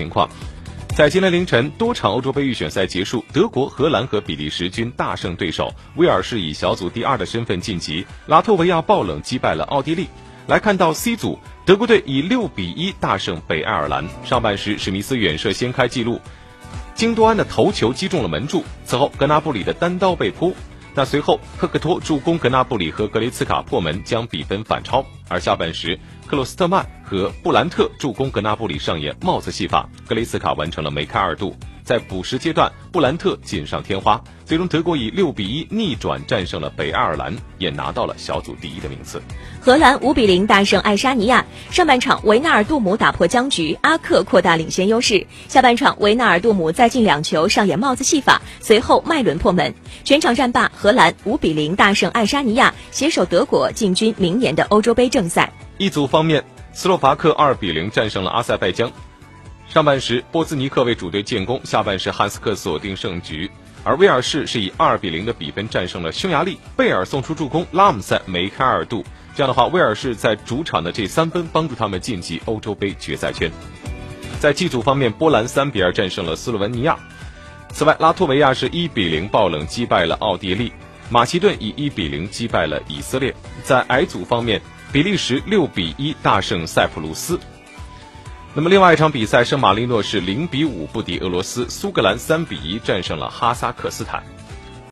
情况。在今天凌晨，多场欧洲杯预选赛结束，德国、荷兰和比利时均大胜对手，威尔士以小组第2的身份晋级，拉脱维亚爆冷击败了奥地利。来看到 C 组，德国队以6-1大胜北爱尔兰。上半时，史密斯远射先开纪录，京多安的头球击中了门柱，此后格纳布里的单刀被扑。但随后赫克托助攻格纳布里和格雷茨卡破门，将比分反超。而下半时，克洛斯特曼和布兰特助攻格纳布里上演帽子戏法，格雷茨卡完成了梅开2度。在补时阶段，布兰特锦上添花，最终德国以6-1逆转战胜了北爱尔兰，也拿到了小组第1的名次。 荷兰5-0大胜爱沙尼亚。上半场维纳尔杜姆打破僵局，阿克扩大领先优势。下半场维纳尔杜姆再进2球，上演帽子戏法，随后麦伦破门。全场战罢，荷兰5-0大胜爱沙尼亚，携手德国进军明年的欧洲杯正赛。 一组方面，斯洛伐克2-0战胜了阿塞拜疆。上半时，波兹尼克为主队建功，下半时汉斯克锁定胜局，而威尔士是以2-0的比分战胜了匈牙利，贝尔送出助攻，拉姆塞梅开2度。这样的话，威尔士在主场的这3分帮助他们晋级欧洲杯决赛圈。在G组方面，波兰3-2战胜了斯洛文尼亚。此外，拉脱维亚是1-0爆冷击败了奥地利，马其顿以1-0击败了以色列。在I组方面，比利时6-1大胜塞浦路斯。那么另外一场比赛，圣马力诺是0-5不敌俄罗斯，苏格兰3-1战胜了哈萨克斯坦。